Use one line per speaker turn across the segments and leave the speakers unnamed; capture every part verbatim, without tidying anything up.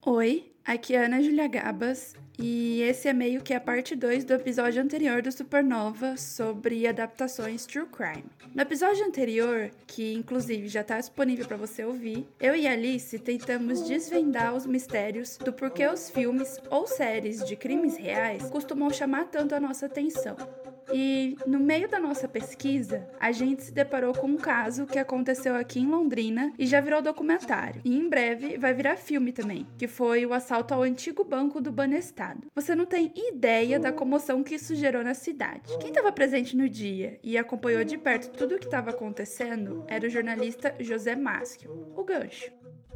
Oi, aqui é a Ana Júlia Gabas e esse é meio que a parte dois do episódio anterior do Supernova sobre adaptações True Crime. No episódio anterior, que inclusive já está disponível para você ouvir, eu e a Alice tentamos desvendar os mistérios do porquê os filmes ou séries de crimes reais costumam chamar tanto a nossa atenção. E no meio da nossa pesquisa, a gente se deparou com um caso que aconteceu aqui em Londrina e já virou documentário. E em breve vai virar filme também, que foi o assalto ao antigo banco do Banestado. Você não tem ideia da comoção que isso gerou na cidade. Quem estava presente no dia e acompanhou de perto tudo o que estava acontecendo era o jornalista José Máscio, o Gancho.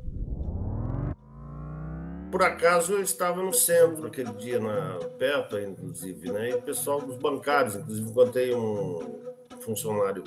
Por acaso eu estava no centro aquele dia, na, perto inclusive, né? E o pessoal dos bancários, inclusive encontrei um funcionário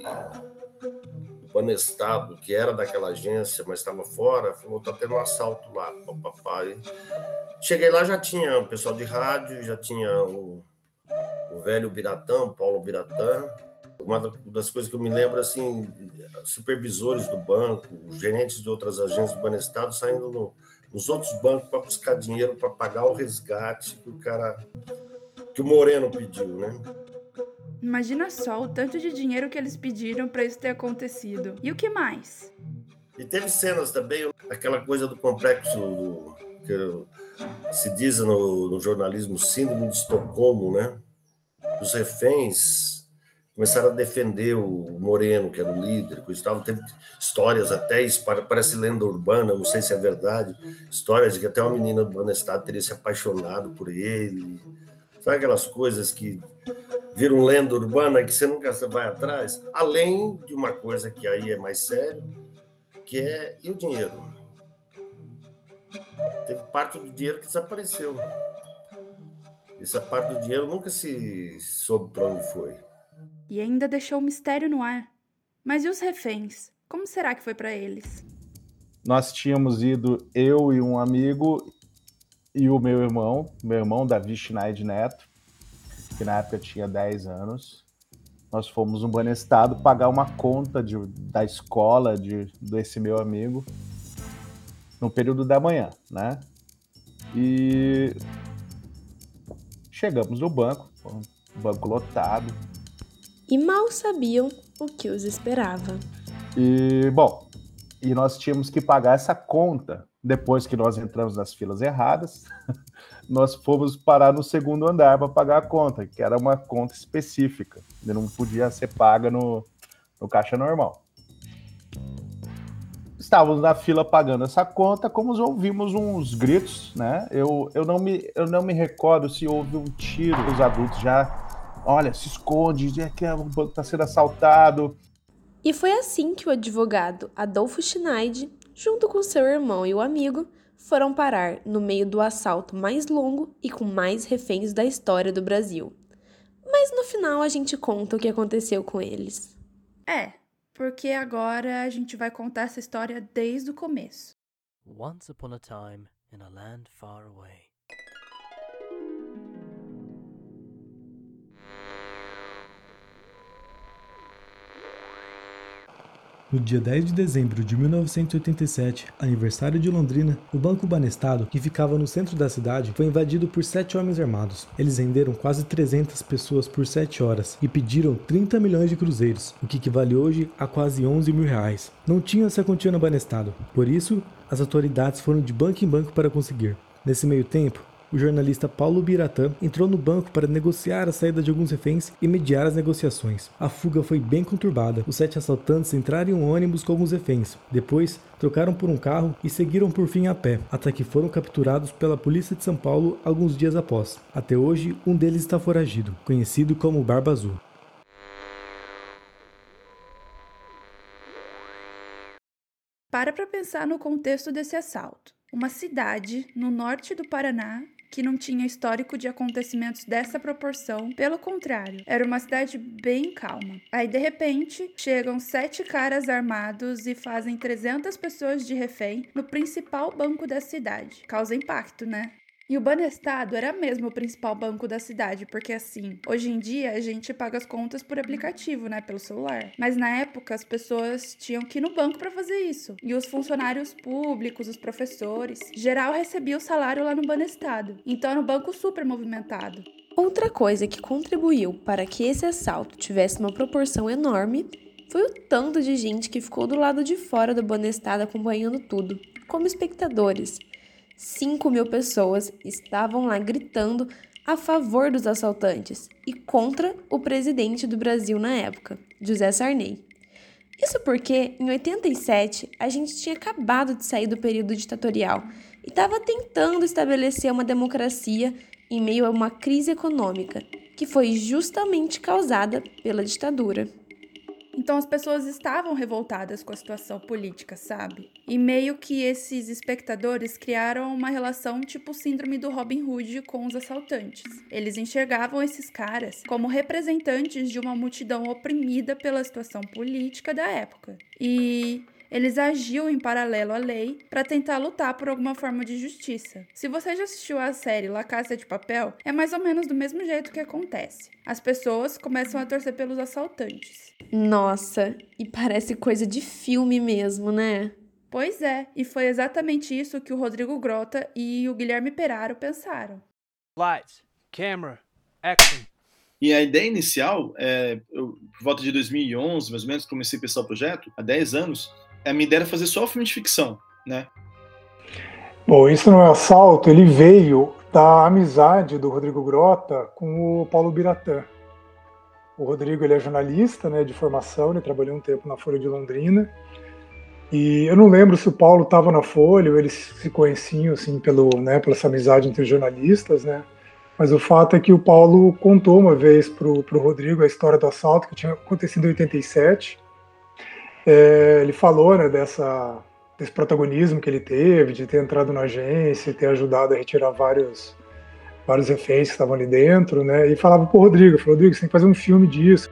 do Banestado, que era daquela agência, mas estava fora, falou, tá tendo um assalto lá, papai. Cheguei lá, já tinha o pessoal de rádio, já tinha o, o velho Biratã, o Paulo Biratã. Uma das coisas que eu me lembro, assim, supervisores do banco, gerentes de outras agências do Banestado saindo no, nos outros bancos para buscar dinheiro para pagar o resgate que o cara, que o Moreno pediu, né?
Imagina só o tanto de dinheiro que eles pediram para isso ter acontecido. E o que mais?
E teve cenas também, aquela coisa do complexo do, que se diz no, no jornalismo síndrome de Estocolmo, né? Os reféns começaram a defender o Moreno, que era o líder, que estava teve histórias até, isso parece lenda urbana, não sei se é verdade, histórias de que até uma menina do Banestado teria se apaixonado por ele. Sabe aquelas coisas que viram lenda urbana que você nunca vai atrás? Além de uma coisa que aí é mais sério, que é e o dinheiro? Teve parte do dinheiro que desapareceu. Essa parte do dinheiro nunca se soube para onde foi.
E ainda deixou o mistério no ar. Mas e os reféns? Como será que foi para eles?
Nós tínhamos ido, eu e um amigo e o meu irmão, meu irmão Davi Schneid Neto, que na época tinha dez anos. Nós fomos no Banestado pagar uma conta de, da escola de, desse meu amigo no período da manhã, né? E chegamos no banco, um banco lotado.
E mal sabiam o que os esperava.
E, bom, e nós tínhamos que pagar essa conta. Depois que nós entramos nas filas erradas, nós fomos parar no segundo andar para pagar a conta, que era uma conta específica, e não podia ser paga no, no caixa normal. Estávamos na fila pagando essa conta, como ouvimos uns gritos, né? Eu, eu, não me, eu não me recordo se houve um tiro, os adultos já... Olha, se esconde, é que o banco está sendo assaltado.
E foi assim que o advogado Adolfo Schneid, junto com seu irmão e o amigo, foram parar no meio do assalto mais longo e com mais reféns da história do Brasil. Mas no final a gente conta o que aconteceu com eles.
É, porque agora a gente vai contar essa história desde o começo.
Once upon a time in a land far away.
No dia dez de dezembro de mil novecentos e oitenta e sete, aniversário de Londrina, o Banco Banestado, que ficava no centro da cidade, foi invadido por sete homens armados. Eles renderam quase trezentas pessoas por sete horas e pediram trinta milhões de cruzeiros, o que equivale hoje a quase onze mil reais. Não tinha essa quantia no Banestado, por isso, as autoridades foram de banco em banco para conseguir. Nesse meio tempo, o jornalista Paulo Biratã entrou no banco para negociar a saída de alguns reféns e mediar as negociações. A fuga foi bem conturbada. Os sete assaltantes entraram em um ônibus com alguns reféns. Depois, trocaram por um carro e seguiram por fim a pé, até que foram capturados pela polícia de São Paulo alguns dias após. Até hoje, um deles está foragido, conhecido como Barba Azul.
Para para pensar no contexto desse assalto. Uma cidade no norte do Paraná que não tinha histórico de acontecimentos dessa proporção, pelo contrário, era uma cidade bem calma. Aí, de repente, chegam sete caras armados e fazem trezentas pessoas de refém no principal banco da cidade. Causa impacto, né? E o Banestado era mesmo o principal banco da cidade, porque assim, hoje em dia a gente paga as contas por aplicativo, né, pelo celular. Mas na época as pessoas tinham que ir no banco para fazer isso. E os funcionários públicos, os professores, geral recebia o salário lá no Banestado. Então era um banco super movimentado.
Outra coisa que contribuiu para que esse assalto tivesse uma proporção enorme foi o tanto de gente que ficou do lado de fora do Banestado acompanhando tudo, como espectadores. cinco mil pessoas estavam lá gritando a favor dos assaltantes e contra o presidente do Brasil na época, José Sarney. Isso porque, em oitenta e sete, a gente tinha acabado de sair do período ditatorial e estava tentando estabelecer uma democracia em meio a uma crise econômica, que foi justamente causada pela ditadura.
Então as pessoas estavam revoltadas com a situação política, sabe? E meio que esses espectadores criaram uma relação tipo síndrome do Robin Hood com os assaltantes. Eles enxergavam esses caras como representantes de uma multidão oprimida pela situação política da época. E eles agiam em paralelo à lei para tentar lutar por alguma forma de justiça. Se você já assistiu a série La Casa de Papel, é mais ou menos do mesmo jeito que acontece. As pessoas começam a torcer pelos assaltantes.
Nossa, e parece coisa de filme mesmo, né?
Pois é, e foi exatamente isso que o Rodrigo Grota e o Guilherme Peraro pensaram.
Lights, camera, action.
E a ideia inicial, é, eu, por volta de dois mil e onze, mais ou menos, comecei a pensar o projeto, há dez anos, a minha ideia era fazer só filme de ficção, né?
Bom, Isso Não é Assalto, ele veio da amizade do Rodrigo Grota com o Paulo Biratã. O Rodrigo, ele é jornalista, né, de formação, ele trabalhou um tempo na Folha de Londrina, e eu não lembro se o Paulo estava na Folha ou eles se conheciam, assim, pelo, né, pela essa amizade entre jornalistas, né? Mas o fato é que o Paulo contou uma vez pro, pro Rodrigo a história do assalto que tinha acontecido em oitenta e sete. É, ele falou, né, dessa, desse protagonismo que ele teve, de ter entrado na agência, ter ajudado a retirar vários, vários reféns que estavam ali dentro, né? E falava pro Rodrigo, falou, Rodrigo, você tem que fazer um filme disso.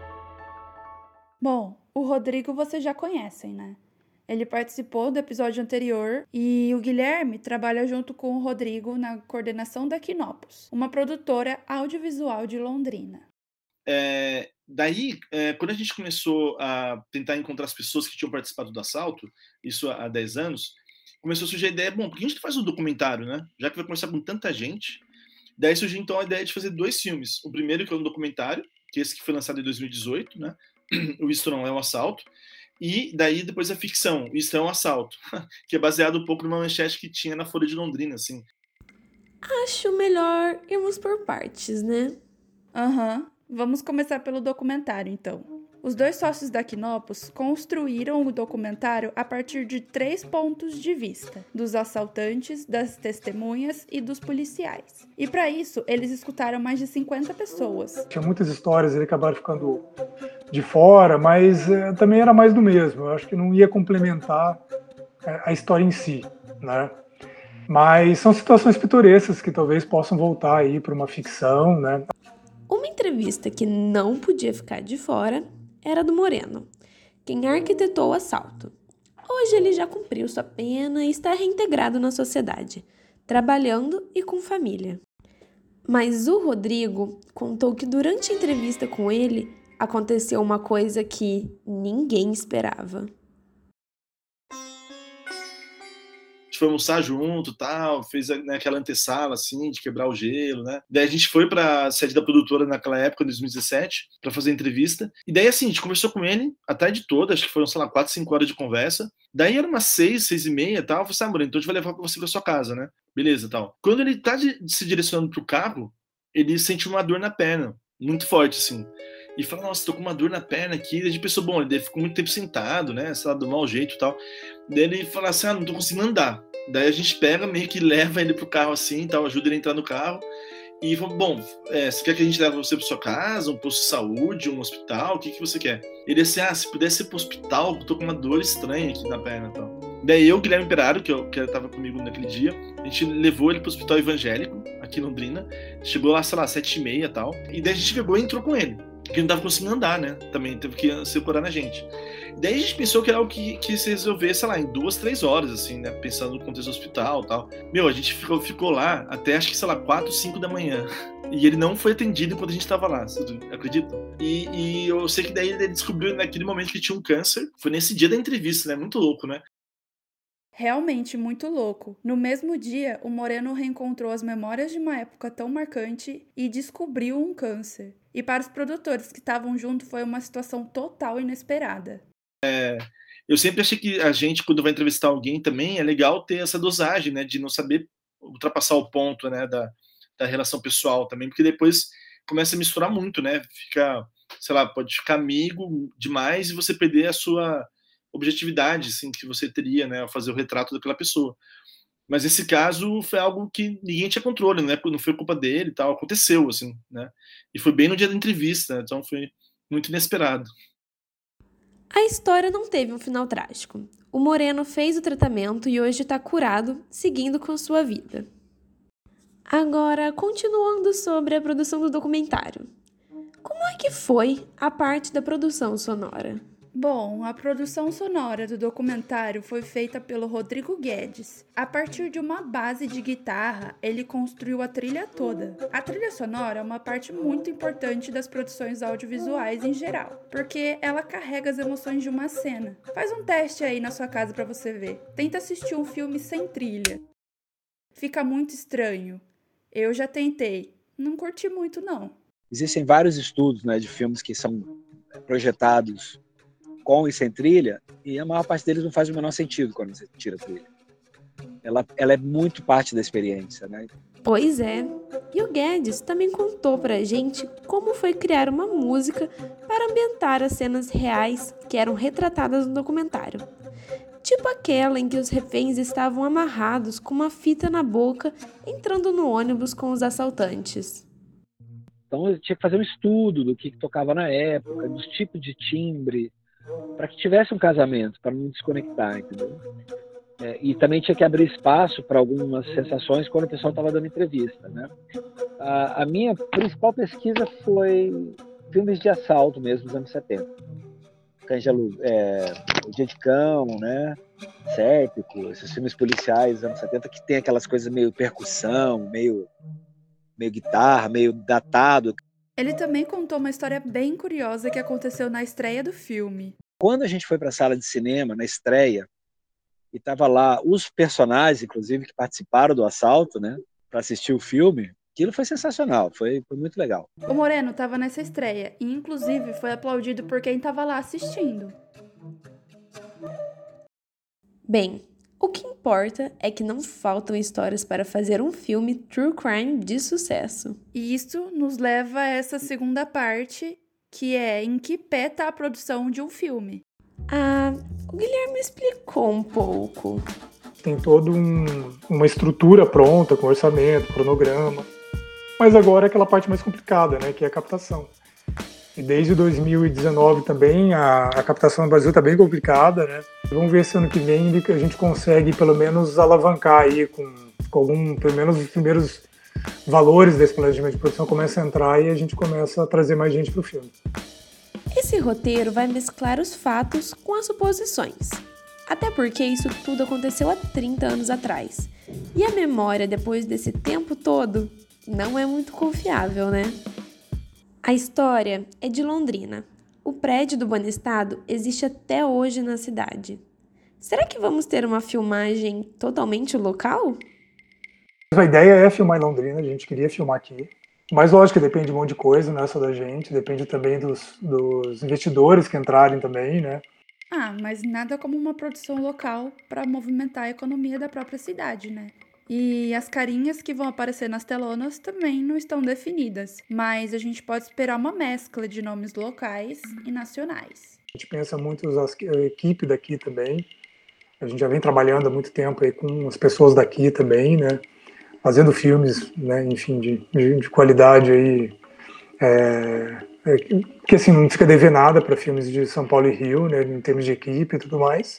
Bom, o Rodrigo vocês já conhecem, né? Ele participou do episódio anterior e o Guilherme trabalha junto com o Rodrigo na coordenação da Quinopus, uma produtora audiovisual de Londrina.
É, daí, é, quando a gente começou a tentar encontrar as pessoas que tinham participado do assalto, isso há dez anos, começou a surgir a ideia, bom, por que a gente não faz um documentário, né? Já que vai começar com tanta gente. Daí surgiu então a ideia de fazer dois filmes. O primeiro, que é um documentário, que é esse que foi lançado em dois mil e dezoito, né? O Isto Não É um Assalto. E daí depois a ficção, Isso é um Assalto, que é baseado um pouco numa manchete que tinha na Folha de Londrina, assim.
Acho melhor irmos por partes, né?
Aham, uhum. Vamos começar pelo documentário, então. Os dois sócios da Quinopus construíram o documentário a partir de três pontos de vista, dos assaltantes, das testemunhas e dos policiais. E para isso, eles escutaram mais de cinquenta pessoas.
Tinha muitas histórias, ele acabaram ficando de fora, mas é, também era mais do mesmo. Eu acho que não ia complementar é, a história em si, né? Mas são situações pitorescas que talvez possam voltar aí para uma ficção, né?
Uma entrevista que não podia ficar de fora era do Moreno, quem arquitetou o assalto. Hoje ele já cumpriu sua pena e está reintegrado na sociedade, trabalhando e com família. Mas o Rodrigo contou que durante a entrevista com ele aconteceu uma coisa que ninguém esperava.
A gente foi almoçar junto, tal, fez, né, aquela antessala, assim, de quebrar o gelo, né? Daí a gente foi pra sede da produtora naquela época, em dois mil e dezessete, pra fazer a entrevista. E daí, assim, a gente conversou com ele a tarde toda, acho que foram, sei lá, quatro, cinco horas de conversa. Daí era umas seis, seis e meia, tal. Eu falei assim, ah, Moreno, então a gente vai levar você pra sua casa, né? Beleza, tal. Quando ele tá de, se direcionando pro carro, ele sente uma dor na perna, muito forte, assim. E fala, nossa, tô com uma dor na perna aqui. Daí a gente pensou, bom, ele ficou muito tempo sentado, né? Sei lá, do mau jeito e tal. Daí ele fala assim, ah, não tô conseguindo andar. Daí a gente pega, meio que leva ele pro carro assim, tal, ajuda ele a entrar no carro. E fala, bom, é, você quer que a gente leve você pra sua casa, um posto de saúde, um hospital? O que, que você quer? Ele disse, ah, se pudesse ir pro hospital, eu tô com uma dor estranha aqui na perna e tal. Daí eu, Guilherme Peraro, que, eu, que tava comigo naquele dia, a gente levou ele pro hospital evangélico, aqui em Londrina. Chegou lá, sei lá, sete e meia e tal. E daí a gente pegou e entrou com ele. que não tava conseguindo andar, né? Também teve que se curar na gente. Daí a gente pensou que era algo que, que se resolver, sei lá, em duas, três horas, assim, né? Pensando no contexto do hospital e tal. Meu, a gente ficou, ficou lá até acho que, sei lá, quatro, cinco da manhã. E ele não foi atendido enquanto a gente tava lá, vocês acreditam? E, e eu sei que daí ele descobriu naquele momento que tinha um câncer. Foi nesse dia da entrevista, né? Muito louco, né?
Realmente muito louco. No mesmo dia, o Moreno reencontrou as memórias de uma época tão marcante e descobriu um câncer. E para os produtores que estavam junto, foi uma situação total inesperada.
É, eu sempre achei que a gente, quando vai entrevistar alguém também, é legal ter essa dosagem, né? De não saber ultrapassar o ponto, né? Da, da relação pessoal também, porque depois começa a misturar muito, né? Fica, sei lá, pode ficar amigo demais e você perder a sua objetividade, assim, que você teria, né, ao fazer o retrato daquela pessoa. Mas nesse caso foi algo que ninguém tinha controle, né? Não foi culpa dele e tal, aconteceu, assim, né? E foi bem no dia da entrevista, então foi muito inesperado.
A história não teve um final trágico. O Moreno fez o tratamento e hoje está curado, seguindo com sua vida. Agora, continuando sobre a produção do documentário. Como é que foi a parte da produção sonora?
Bom, a produção sonora do documentário foi feita pelo Rodrigo Guedes. A partir de uma base de guitarra, ele construiu a trilha toda. A trilha sonora é uma parte muito importante das produções audiovisuais em geral, porque ela carrega as emoções de uma cena. Faz um teste aí na sua casa para você ver. Tenta assistir um filme sem trilha. Fica muito estranho. Eu já tentei. Não curti muito, não.
Existem vários estudos, né, de filmes que são projetados com e sem trilha, e a maior parte deles não faz o menor sentido quando você tira a trilha. Ela, ela é muito parte da experiência, né?
Pois é. E o Guedes também contou pra gente como foi criar uma música para ambientar as cenas reais que eram retratadas no documentário. Tipo aquela em que os reféns estavam amarrados com uma fita na boca, entrando no ônibus com os assaltantes.
Então eu tinha que fazer um estudo do que, que tocava na época, dos tipos de timbre, para que tivesse um casamento, para não desconectar, entendeu? É, e também tinha que abrir espaço para algumas sensações quando o pessoal estava dando entrevista, né? A, a minha principal pesquisa foi filmes de assalto mesmo, dos anos setenta. Cândido, é, O Dia de Cão, né? Sérpico, esses filmes policiais dos anos setenta que tem aquelas coisas meio percussão, meio, meio guitarra, meio datado.
Ele também contou uma história bem curiosa que aconteceu na estreia do filme.
Quando a gente foi para a sala de cinema, na estreia, e tava lá os personagens, inclusive, que participaram do assalto, né, para assistir o filme, aquilo foi sensacional, foi, foi muito legal.
O Moreno estava nessa estreia e, inclusive, foi aplaudido por quem estava lá assistindo.
Bem, o que importa é que não faltam histórias para fazer um filme true crime de sucesso.
E isso nos leva a essa segunda parte, que é em que pé tá a produção de um filme.
Ah, o Guilherme explicou um pouco.
Tem toda um, uma estrutura pronta, com orçamento, cronograma. Mas agora é aquela parte mais complicada, né, que é a captação. E desde dois mil e dezenove também a, a captação no Brasil está bem complicada, né? Vamos ver se ano que vem a gente consegue pelo menos alavancar aí com, com algum, pelo menos os primeiros valores desse planejamento de produção começa a entrar e a gente começa a trazer mais gente para o filme.
Esse roteiro vai mesclar os fatos com as suposições. Até porque isso tudo aconteceu há trinta anos atrás. E a memória depois desse tempo todo não é muito confiável, né? A história é de Londrina. O prédio do Banestado existe até hoje na cidade. Será que vamos ter uma filmagem totalmente local?
A ideia é filmar em Londrina, a gente queria filmar aqui. Mas lógico, depende de um monte de coisa, não é só da gente, depende também dos, dos investidores que entrarem também, né?
Ah, mas nada como uma produção local para movimentar a economia da própria cidade, né? E as carinhas que vão aparecer nas telonas também não estão definidas, mas a gente pode esperar uma mescla de nomes locais e nacionais.
A gente pensa muito na equipe daqui também, a gente já vem trabalhando há muito tempo aí com as pessoas daqui também, né? Fazendo filmes, né, enfim, de, de, de qualidade aí, é, é, que assim, não fica dever nada para filmes de São Paulo e Rio, né, em termos de equipe e tudo mais.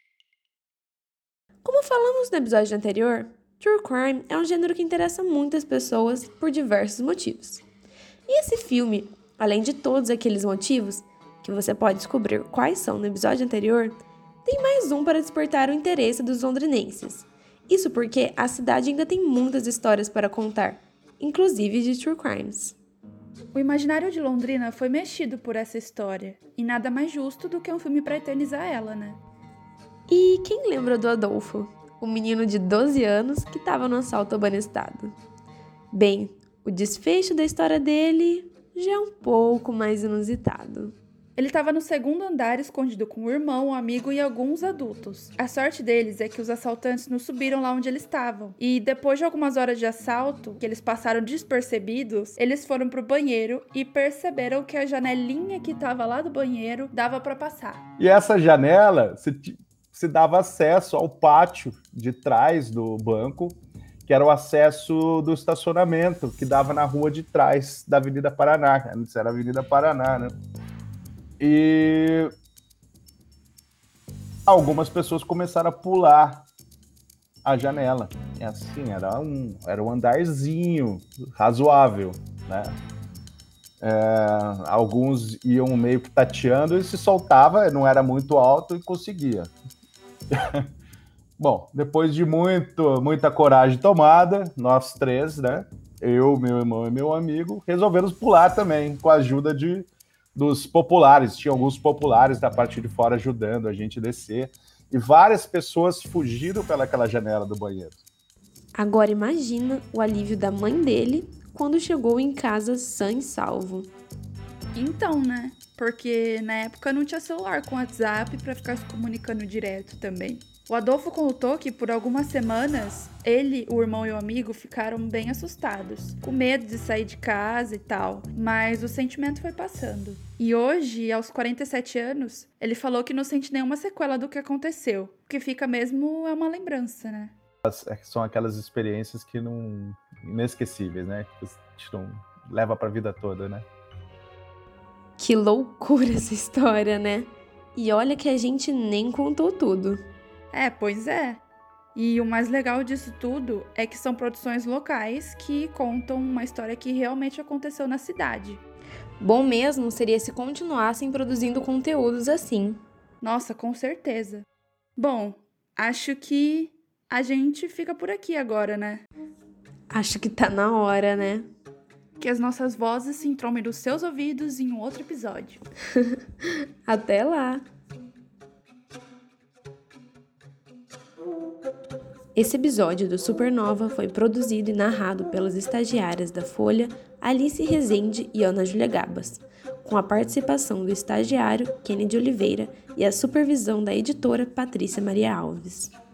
Como falamos no episódio anterior, True Crime é um gênero que interessa muitas pessoas por diversos motivos. E esse filme Além de todos aqueles motivos, que você pode descobrir quais são no episódio anterior, tem mais um para despertar o interesse dos londrinenses. Isso porque a cidade ainda tem muitas histórias para contar, inclusive de true crimes.
O imaginário de Londrina foi mexido por essa história, e nada mais justo do que um filme para eternizar ela, né?
E quem lembra do Adolfo, o menino de doze anos que estava no assalto ao Banestado? Bem, o desfecho da história dele já é um pouco mais inusitado.
Ele estava no segundo andar escondido com o irmão, o amigo e alguns adultos. A sorte deles é que os assaltantes não subiram lá onde eles estavam. E depois de algumas horas de assalto, que eles passaram despercebidos, eles foram pro banheiro e perceberam que a janelinha que estava lá do banheiro dava para passar.
E essa janela se, se dava acesso ao pátio de trás do banco, que era o acesso do estacionamento, que dava na rua de trás da Avenida Paraná. Antes era a Avenida Paraná, né? E algumas pessoas começaram a pular a janela. E assim, era um, era um andarzinho razoável, né? É, alguns iam meio que tateando e se soltava, não era muito alto e conseguia. Bom, depois de muito, muita coragem tomada, nós três, né? Eu, meu irmão e meu amigo, resolvemos pular também, com a ajuda de dos populares, tinha alguns populares da parte de fora ajudando a gente a descer, e várias pessoas fugiram pelaquela janela do banheiro.
Agora imagina o alívio da mãe dele quando chegou em casa sã e salvo.
Então, né? Porque na época não tinha celular com WhatsApp para ficar se comunicando direto também. O Adolfo contou que por algumas semanas, ele, o irmão e o amigo ficaram bem assustados, com medo de sair de casa e tal, mas o sentimento foi passando. E hoje, aos quarenta e sete anos, ele falou que não sente nenhuma sequela do que aconteceu, o que fica mesmo é uma lembrança, né?
São aquelas experiências que não... inesquecíveis, né? Que a gente não leva pra vida toda, né?
Que loucura essa história, né? E olha que a gente nem contou tudo.
É, pois é. E o mais legal disso tudo é que são produções locais que contam uma história que realmente aconteceu na cidade.
Bom mesmo seria se continuassem produzindo conteúdos assim.
Nossa, com certeza. Bom, acho que a gente fica por aqui agora, né?
Acho que tá na hora, né?
Que as nossas vozes se entromem nos seus ouvidos em um outro episódio.
Até lá! Esse episódio do Supernova foi produzido e narrado pelas estagiárias da Folha, Alice Rezende e Ana Júlia Gabas, com a participação do estagiário Kennedy Oliveira e a supervisão da editora Patrícia Maria Alves.